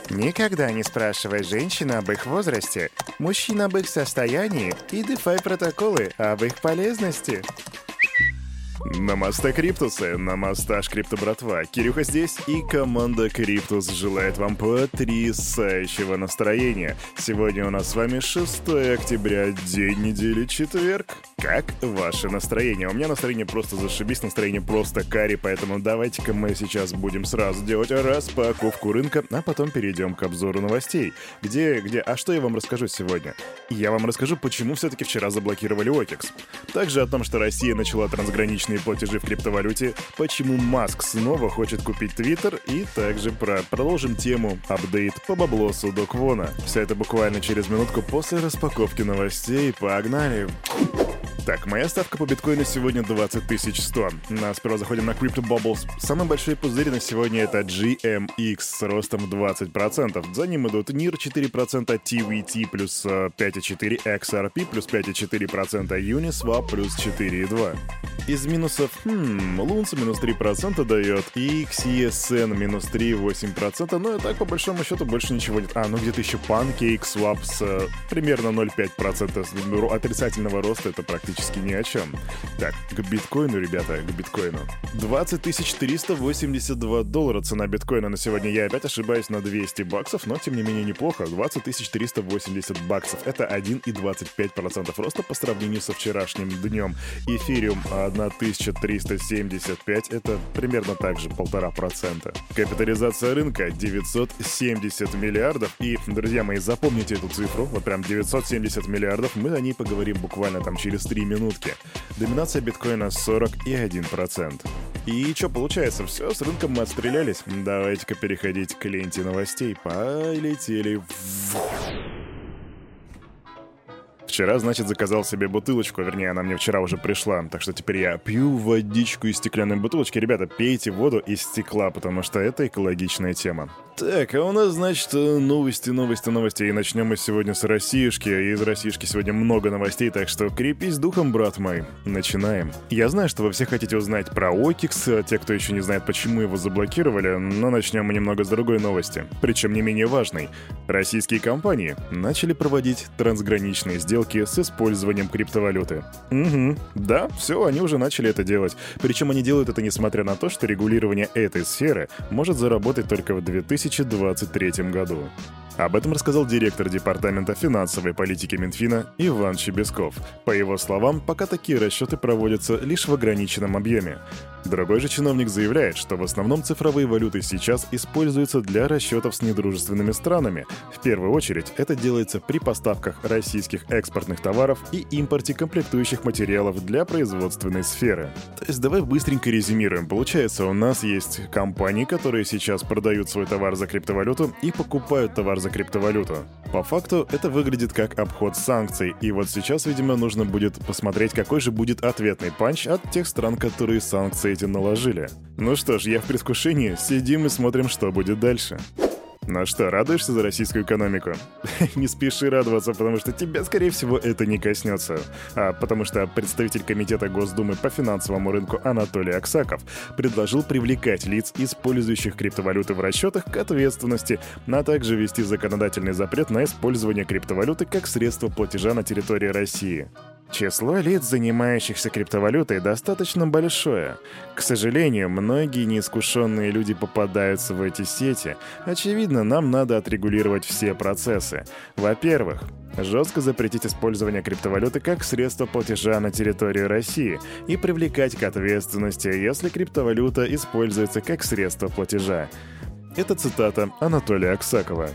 Никогда не спрашивай женщин об их возрасте, мужчин об их состоянии и DeFi протоколы об их полезности. Намасте, Криптусы, намастаж, Крипто братва. Кирюха здесь, и команда Криптус желает вам потрясающего настроения. Сегодня у нас с вами 6 октября, день недели, четверг. Как ваше настроение? У меня настроение просто зашибись, настроение просто карри, поэтому давайте-ка мы сейчас будем сразу делать распаковку рынка, а потом перейдем к обзору новостей. А что я вам расскажу сегодня? Я вам расскажу, почему все-таки вчера заблокировали OKEX. Также о том, что Россия начала трансграничные платежи в криптовалюте, почему Маск снова хочет купить Твиттер, и также продолжим тему апдейт по баблосу до Квона. Все это буквально через минутку после распаковки новостей. Погнали! Так, моя ставка по биткоину сегодня 20100. Сперва заходим на Crypto Bubbles. Самый большой пузырь на сегодня это GMX с ростом в 20%. За ним идут NIR 4%, TVT плюс 5,4%, XRP плюс 5,4%, Uniswap плюс 4,2%. Из минусов, Лунс минус 3% дает, и XESN минус 3,8%, но и так по большому счету больше ничего нет. Где-то еще PancakeSwap с примерно 0,5% отрицательного роста, это практически ни о чем. Так, к биткоину, ребята, к биткоину. 20 382 доллара цена биткоина на сегодня. Я опять ошибаюсь на $200, но тем не менее неплохо. 20 380 баксов. Это 1,25% роста по сравнению со вчерашним днем. Эфириум 1375, это примерно так же 1,5%. Капитализация рынка 970 миллиардов. И, друзья мои, запомните эту цифру, вот прям 970 миллиардов, мы о ней поговорим буквально там через 3 минутки. Доминация биткоина 41%. И что получается? Все, с рынком мы отстрелялись. Давайте-ка переходить к ленте новостей. Полетели. Вчера, значит, заказал себе бутылочку, вернее, она мне вчера уже пришла, так что теперь я пью водичку из стеклянной бутылочки. Ребята, пейте воду из стекла, потому что это экологичная тема. Так, а у нас, значит, новости. И начнем мы сегодня с Россиюшки. Из Россиюшки сегодня много новостей, так что крепись духом, брат мой. Начинаем. Я знаю, что вы все хотите узнать про OKEX, те, кто еще не знает, почему его заблокировали, но начнем мы немного с другой новости, причем не менее важной. Российские компании начали проводить трансграничные сделки с использованием криптовалюты. Да, все, они уже начали это делать. Причем они делают это несмотря на то, что регулирование этой сферы может заработать только в 2023 году. Об этом рассказал директор Департамента финансовой политики Минфина Иван Чебесков. По его словам, пока такие расчеты проводятся лишь в ограниченном объеме. Другой же чиновник заявляет, что в основном цифровые валюты сейчас используются для расчетов с недружественными странами. В первую очередь это делается при поставках российских экспортных товаров и импорте комплектующих материалов для производственной сферы. То есть давай быстренько резюмируем. Получается, у нас есть компании, которые сейчас продают свой товар за криптовалюту и покупают товар за криптовалюту. По факту это выглядит как обход санкций, и вот сейчас, видимо, нужно будет посмотреть, какой же будет ответный панч от тех стран, которые санкции эти наложили. Ну что ж, я в предвкушении, сидим и смотрим, что будет дальше. Ну что, радуешься за российскую экономику? Не спеши радоваться, потому что тебя, скорее всего, это не коснется. Потому что представитель Комитета Госдумы по финансовому рынку Анатолий Аксаков предложил привлекать лиц, использующих криптовалюты в расчетах, к ответственности, а также ввести законодательный запрет на использование криптовалюты как средство платежа на территории России. Число лиц, занимающихся криптовалютой, достаточно большое. К сожалению, многие неискушенные люди попадаются в эти сети. Очевидно, нам надо отрегулировать все процессы. Во-первых, жестко запретить использование криптовалюты как средство платежа на территории России и привлекать к ответственности, если криптовалюта используется как средство платежа. Это цитата Анатолия Аксакова.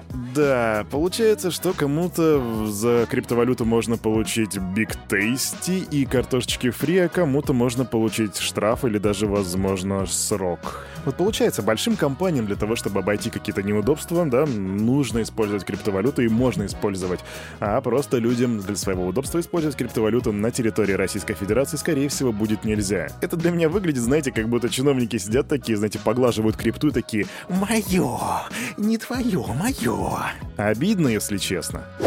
Да, получается, что кому-то за криптовалюту можно получить Big Tasty и картошечки фри, а кому-то можно получить штраф или даже, возможно, срок. Вот получается, большим компаниям для того, чтобы обойти какие-то неудобства, да, нужно использовать криптовалюту и можно использовать. А просто людям для своего удобства использовать криптовалюту на территории Российской Федерации, скорее всего, будет нельзя. Это для меня выглядит, знаете, как будто чиновники сидят такие, знаете, поглаживают крипту и такие «Моё, не твое, моё». Обидно, если честно.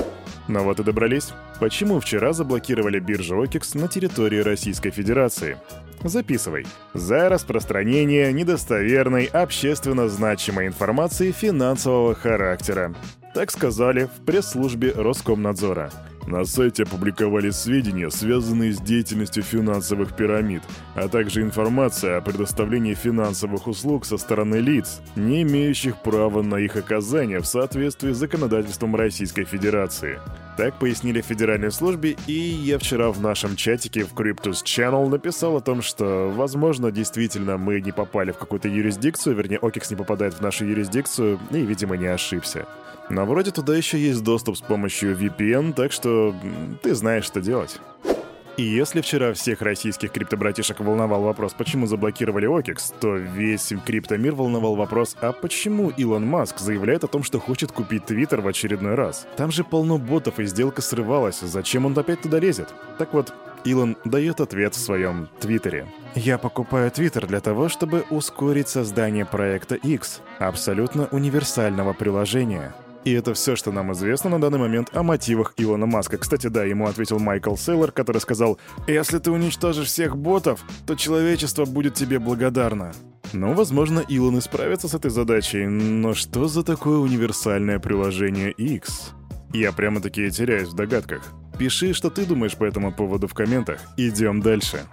Ну вот и добрались. Почему вчера заблокировали биржу OKEX на территории Российской Федерации? Записывай. За распространение недостоверной, общественно значимой информации финансового характера. Так сказали в пресс-службе Роскомнадзора. На сайте опубликовали сведения, связанные с деятельностью финансовых пирамид, а также информация о предоставлении финансовых услуг со стороны лиц, не имеющих права на их оказание в соответствии с законодательством Российской Федерации. Так пояснили в Федеральной службе, и я вчера в нашем чатике в Cryptos Channel написал о том, что, возможно, действительно мы не попали в какую-то юрисдикцию, вернее, OKEX не попадает в нашу юрисдикцию, и, видимо, не ошибся. Но вроде туда еще есть доступ с помощью VPN, так что ты знаешь, что делать. И если вчера всех российских криптобратишек волновал вопрос, почему заблокировали OKEX, то весь криптомир волновал вопрос, а почему Илон Маск заявляет о том, что хочет купить Твиттер в очередной раз? Там же полно ботов, и сделка срывалась, зачем он опять туда лезет? Так вот, Илон дает ответ в своем Твиттере. «Я покупаю Твиттер для того, чтобы ускорить создание проекта X, абсолютно универсального приложения». И это все, что нам известно на данный момент о мотивах Илона Маска. Кстати, да, ему ответил Майкл Сейлор, который сказал: «Если ты уничтожишь всех ботов, то человечество будет тебе благодарно». Ну, возможно, Илон и справится с этой задачей, но что за такое универсальное приложение X? Я прямо-таки теряюсь в догадках. Пиши, что ты думаешь по этому поводу в комментах. Идем дальше.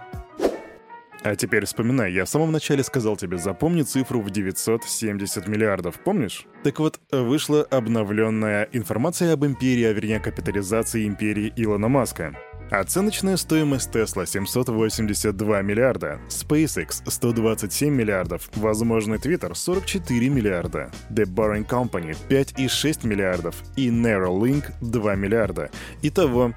А теперь вспоминай, я в самом начале сказал тебе, запомни цифру в 970 миллиардов, помнишь? Так вот, вышла обновленная информация об империи, а вернее капитализации империи Илона Маска. Оценочная стоимость Tesla 782 миллиарда, SpaceX 127 миллиардов, возможный Twitter 44 миллиарда, The Boring Company 5,6 миллиардов и Neuralink 2 миллиарда. Итого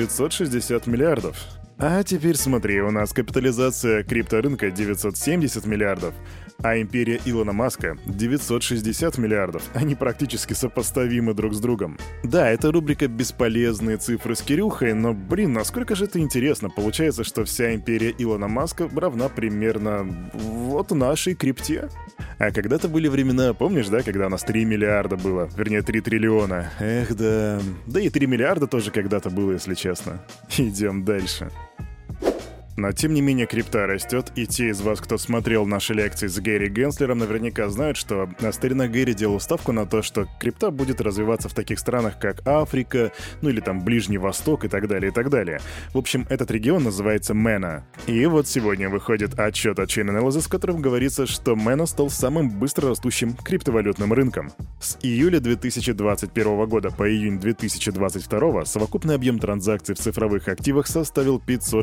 960 миллиардов. А теперь смотри, у нас капитализация крипторынка 970 миллиардов, а империя Илона Маска 960 миллиардов. Они практически сопоставимы друг с другом. Да, это рубрика «Бесполезные цифры с Кирюхой», но, насколько же это интересно. Получается, что вся империя Илона Маска равна примерно вот нашей крипте. А когда-то были времена, помнишь, да, когда у нас 3 миллиарда было? Вернее, 3 триллиона. Эх, да. Да и 3 миллиарда тоже когда-то было, если честно. Идем дальше. Но тем не менее крипта растет, и те из вас, кто смотрел наши лекции с Гэри Генслером, наверняка знают, что старина Гэри делал ставку на то, что крипта будет развиваться в таких странах, как Африка, ну или там Ближний Восток и так далее, и так далее. В общем, этот регион называется MENA. И вот сегодня выходит отчет от Chain Analysis, в котором говорится, что MENA стал самым быстро растущим криптовалютным рынком. С июля 2021 года по июнь 2022 совокупный объем транзакций в цифровых активах составил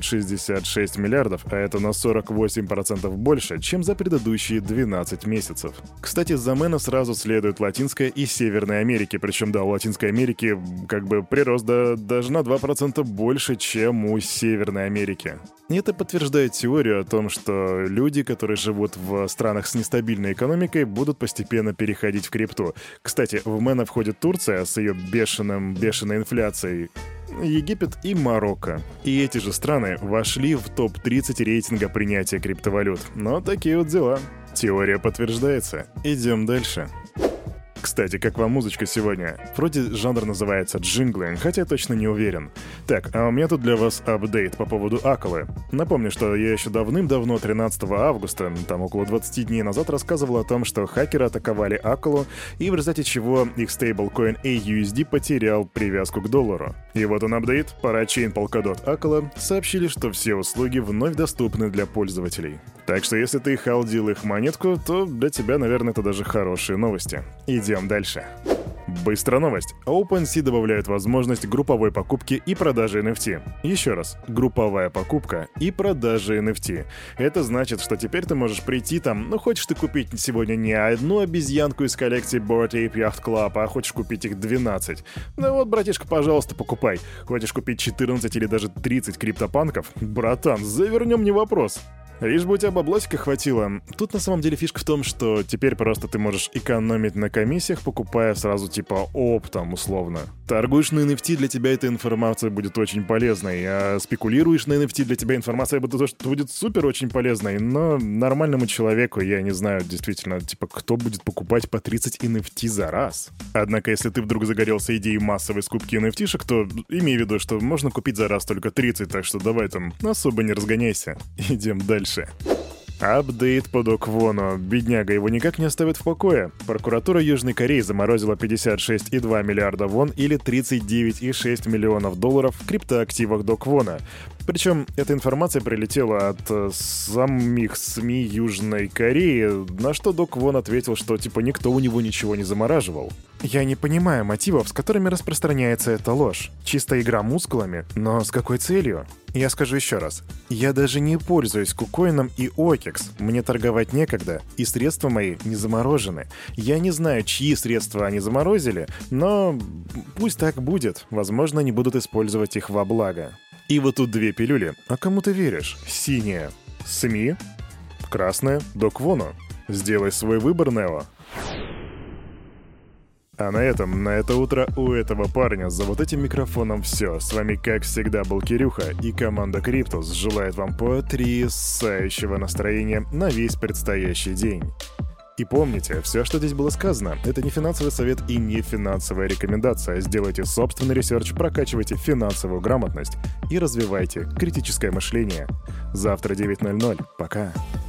566 миллиардов, а это на 48% больше, чем за предыдущие 12 месяцев. Кстати, за MENA сразу следует Латинская и Северная Америки, причем, да, у Латинской Америки прирост даже на 2% больше, чем у Северной Америки. И это подтверждает теорию о том, что люди, которые живут в странах с нестабильной экономикой, будут постепенно переходить в крипту. Кстати, в MENA входит Турция с ее бешеной инфляцией, Египет и Марокко. И эти же страны вошли в топ-30 рейтинга принятия криптовалют. Но такие вот дела. Теория подтверждается. Идем дальше. Кстати, как вам музычка сегодня? Вроде жанр называется джинглинг, хотя я точно не уверен. Так, а у меня тут для вас апдейт по поводу Аколы. Напомню, что я еще давным-давно, 13 августа, там около 20 дней назад, рассказывал о том, что хакеры атаковали Аколу, и в результате чего их стейблкоин AUSD потерял привязку к доллару. И вот он апдейт. Parachain Polkadot Acola сообщили, что все услуги вновь доступны для пользователей. Так что если ты халдил их монетку, то для тебя, наверное, это даже хорошие новости. Идем дальше. Быстрая новость. OpenSea добавляет возможность групповой покупки и продажи NFT. Еще раз, групповая покупка и продажа NFT. Это значит, что теперь ты можешь прийти там, хочешь ты купить сегодня не одну обезьянку из коллекции Bored Ape Yacht Club, а хочешь купить их 12. Ну вот, братишка, пожалуйста, покупай. Хочешь купить 14 или даже 30 криптопанков? Братан, завернем не вопрос. Лишь бы у тебя баблосика хватило. Тут на самом деле фишка в том, что теперь просто ты можешь экономить на комиссиях, покупая сразу типа оптом условно. Торгуешь на NFT, для тебя эта информация будет очень полезной, а спекулируешь на NFT, для тебя информация будет супер очень полезной, но нормальному человеку, я не знаю, действительно, типа, кто будет покупать по 30 NFT за раз? Однако, если ты вдруг загорелся идеей массовой скупки NFT-шек, то имей в виду, что можно купить за раз только 30, так что давай там особо не разгоняйся. Идем дальше. Апдейт по До Квону. Бедняга, его никак не оставят в покое. Прокуратура Южной Кореи заморозила 56,2 миллиарда вон или 39,6 миллионов долларов в криптоактивах До Квона. Причем эта информация прилетела от самих СМИ Южной Кореи, на что До Квон ответил, что типа никто у него ничего не замораживал. Я не понимаю мотивов, с которыми распространяется эта ложь. Чисто игра мускулами, но с какой целью? Я скажу еще раз. Я даже не пользуюсь кукоином и OKEX. Мне торговать некогда, и средства мои не заморожены. Я не знаю, чьи средства они заморозили, но пусть так будет. Возможно, они будут использовать их во благо. И вот тут две пилюли. А кому ты веришь? Синяя — СМИ, красная — До Квону. Сделай свой выбор, Нео. А на это утро у этого парня за вот этим микрофоном все. С вами, как всегда, был Кирюха, и команда Криптус желает вам потрясающего настроения на весь предстоящий день. И помните, все, что здесь было сказано, это не финансовый совет и не финансовая рекомендация. Сделайте собственный ресерч, прокачивайте финансовую грамотность и развивайте критическое мышление. Завтра 9:00. Пока.